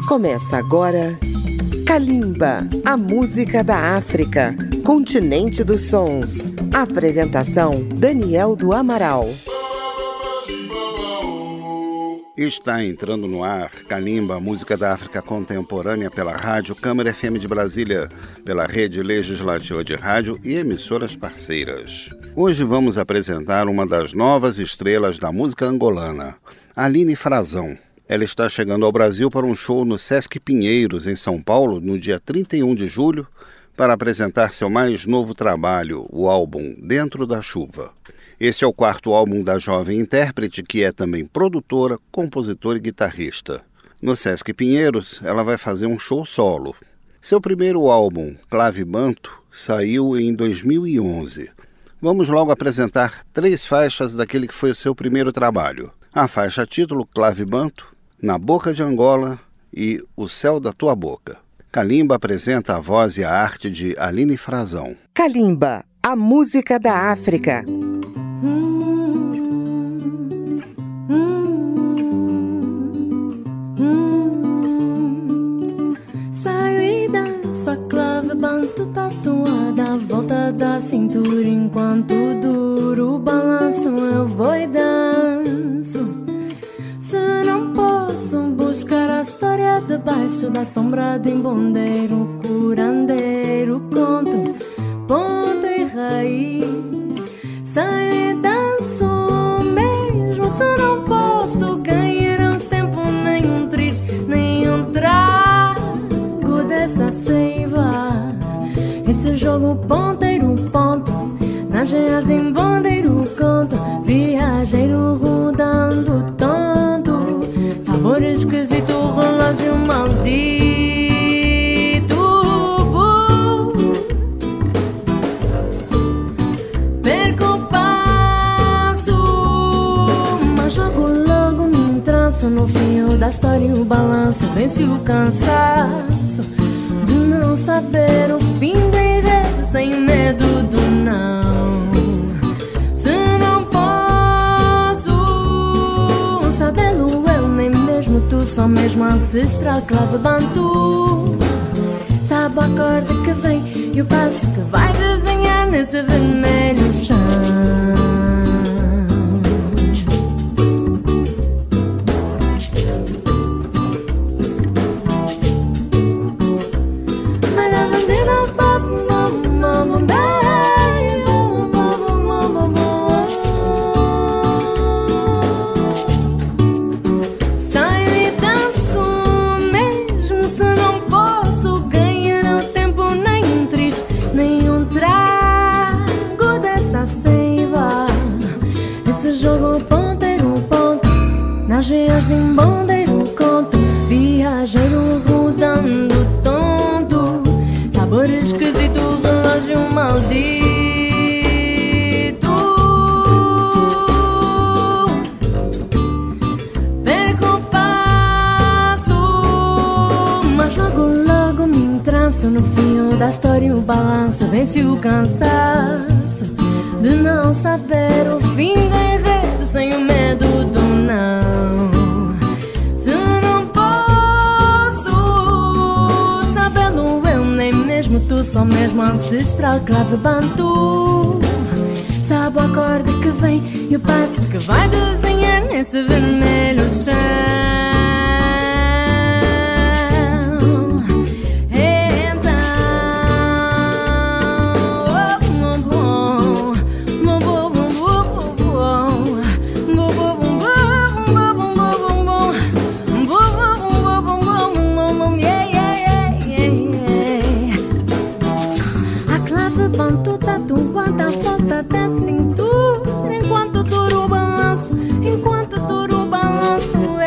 Começa agora Kalimba, a música da África, continente dos sons. Apresentação Daniel do Amaral. Está entrando no ar Kalimba, a música da África contemporânea pela Rádio Câmara FM de Brasília, pela Rede Legislativa de Rádio e emissoras parceiras. Hoje vamos apresentar uma das novas estrelas da música angolana, Aline Frazão. Ela está chegando ao Brasil para um show no Sesc Pinheiros, em São Paulo, no dia 31 de julho, para apresentar seu mais novo trabalho, o álbum Dentro da Chuva. Esse é o quarto álbum da jovem intérprete, que é também produtora, compositora e guitarrista. No Sesc Pinheiros, ela vai fazer um show solo. Seu primeiro álbum, Clave Banto, saiu em 2011. Vamos logo apresentar 3 faixas daquele que foi o seu primeiro trabalho. A faixa título, Clave Banto, Na Boca de Angola e O Céu da Tua Boca. Kalimba apresenta a voz e a arte de Aline Frazão. Kalimba, a música da África. Saio e danço a clave banto tatuada à volta da cintura. Enquanto duro o balanço eu vou e danço. Se não posso buscar a história debaixo da sombra do embondeiro, curandeiro, conto, ponta e raiz. Saio e danço mesmo se não posso ganhar um tempo, nenhum triz, nenhum trago dessa seiva. Esse jogo ponteiro, ponto, nas geias de embondeiro, conto, viajeiro rodando tonto, sabor esquisito, relógio maldito. Perco o passo, mas logo me entranço no fio da história e o balanço. Vence o cansaço de não saber o fim da enredo, sem medo do não. Se não posso sabê-lo eu, nem mesmo tu, só mesmo ancestral, clave bantu. Sabe o acorde que vem e o passo que vai desenhar nesse vermelho chão. Geias de embondeiro, conto, viajeiro rodando tonto, sabor esquisito, relógio maldito. Perco o passo, mas logo me entranço no fio da história e o balanço. Vence o cansaço de não saber o fim do enredo, sem o medo do não. Tu, só mesmo ancestral, clave bantu. Sabe o acorde que vem e o passo que vai desenhar nesse vermelho chão. Enquanto dura o balanço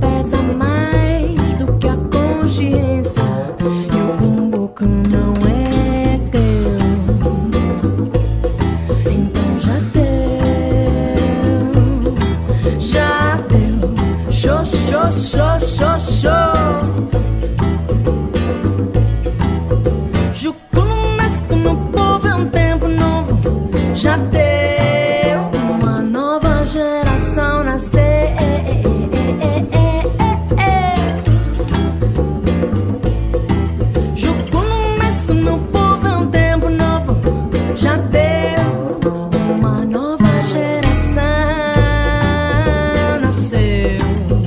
pesa mais do que a consciência. E o cumbuco não é teu, então já deu. Show, show, show, show, show. Jucu no começo, meu povo, é um tempo novo. Já deu, uma nova geração nascer. Jucu no começo, meu povo, é um tempo novo. Já deu, uma nova geração nasceu.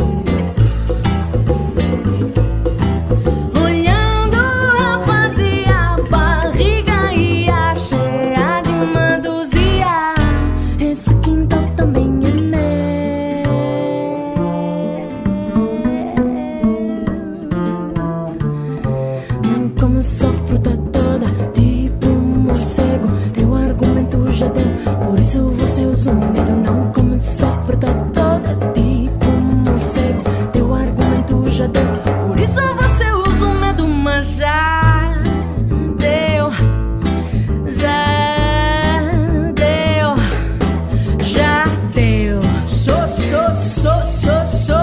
Olhando a vazia barriga ia cheia de uma dúzia. Esse quintal também é meu. Não como só fruta toda, tipo um morcego. Teu argumento já deu, por isso você usa o medo. Não como só fruta toda, tipo um morcego. Teu argumento já deu, por isso você usa o medo. Mas já deu, já deu, já deu. Show, show, show, show, show.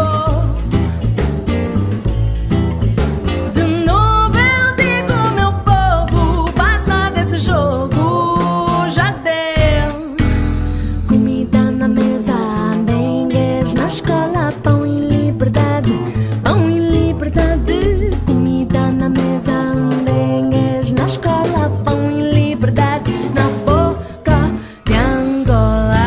De novo eu digo, meu povo, basta desse jogo. Já deu. Comida na mesa, dengues na escola, pão e liberdade, pão e liberdade. Comida na mesa, dengues na escola, pão e liberdade. Na boca de Angola.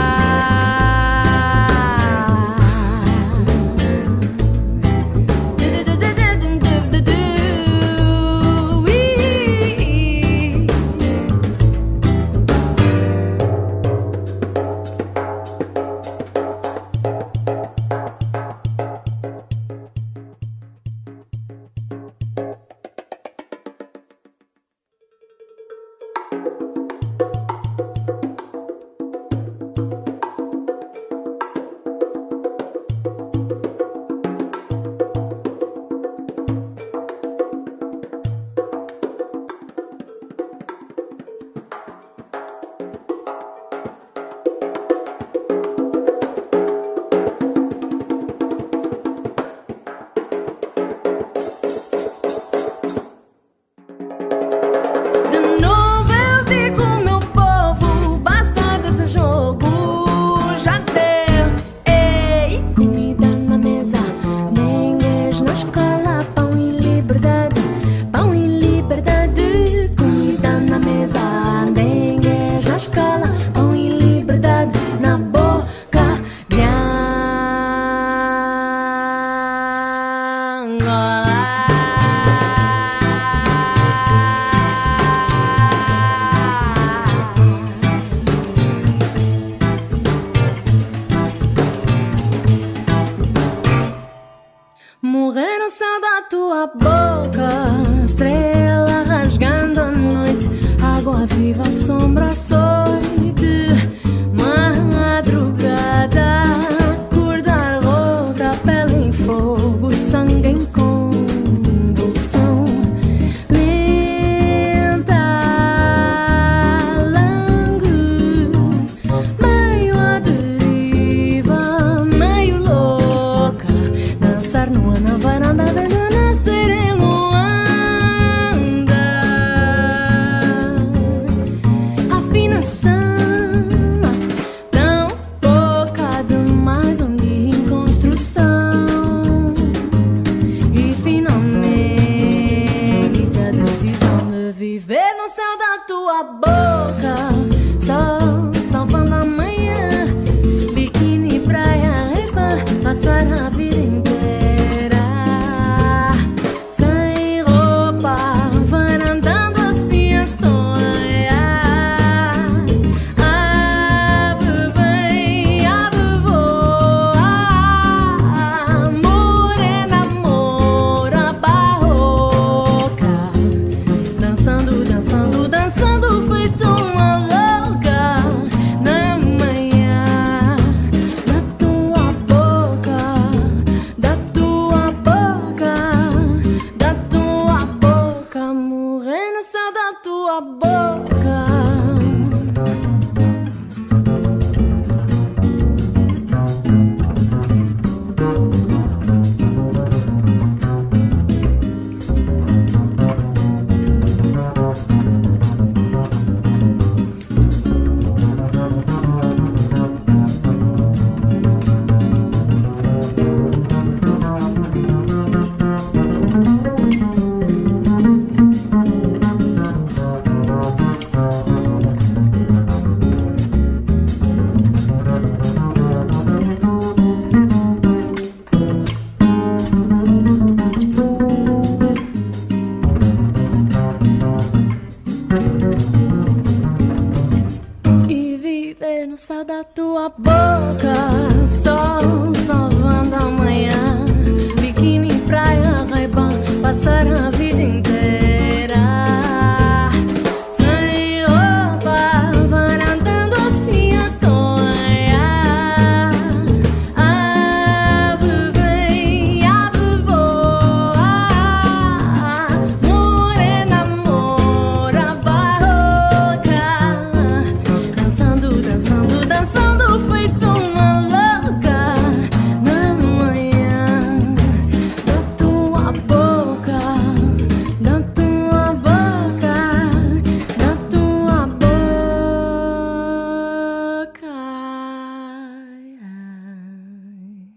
De novo eu digo, meu povo, basta desse jogo. Já deu. Ei, comida na mesa, dengues na escola, pão e liberdade, pão e liberdade. Comida na mesa, dengues na escola, pão e liberdade. Na boca de morrer no céu da tua boca, estrela rasgando a noite, água viva, sombra, açoite, madrugada, acordar, rota, pele em fogo, sangue em convulsão, lenta, langue, meio à deriva, meio louca, dançar nua na varanda, vendo nascer em Luanda.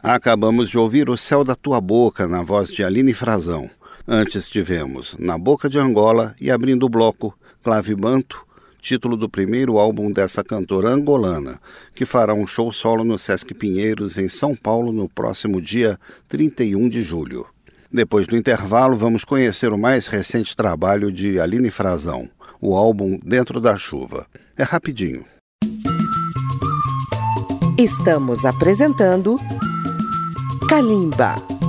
Acabamos de ouvir O Céu da Tua Boca, na voz de Aline Frazão. Antes tivemos Na Boca de Angola e, abrindo o bloco, Clavibanto, título do primeiro álbum dessa cantora angolana, que fará um show solo no Sesc Pinheiros, em São Paulo, no próximo dia 31 de julho. Depois do intervalo, vamos conhecer o mais recente trabalho de Aline Frazão, o álbum Dentro da Chuva. É rapidinho. Estamos apresentando Kalimba.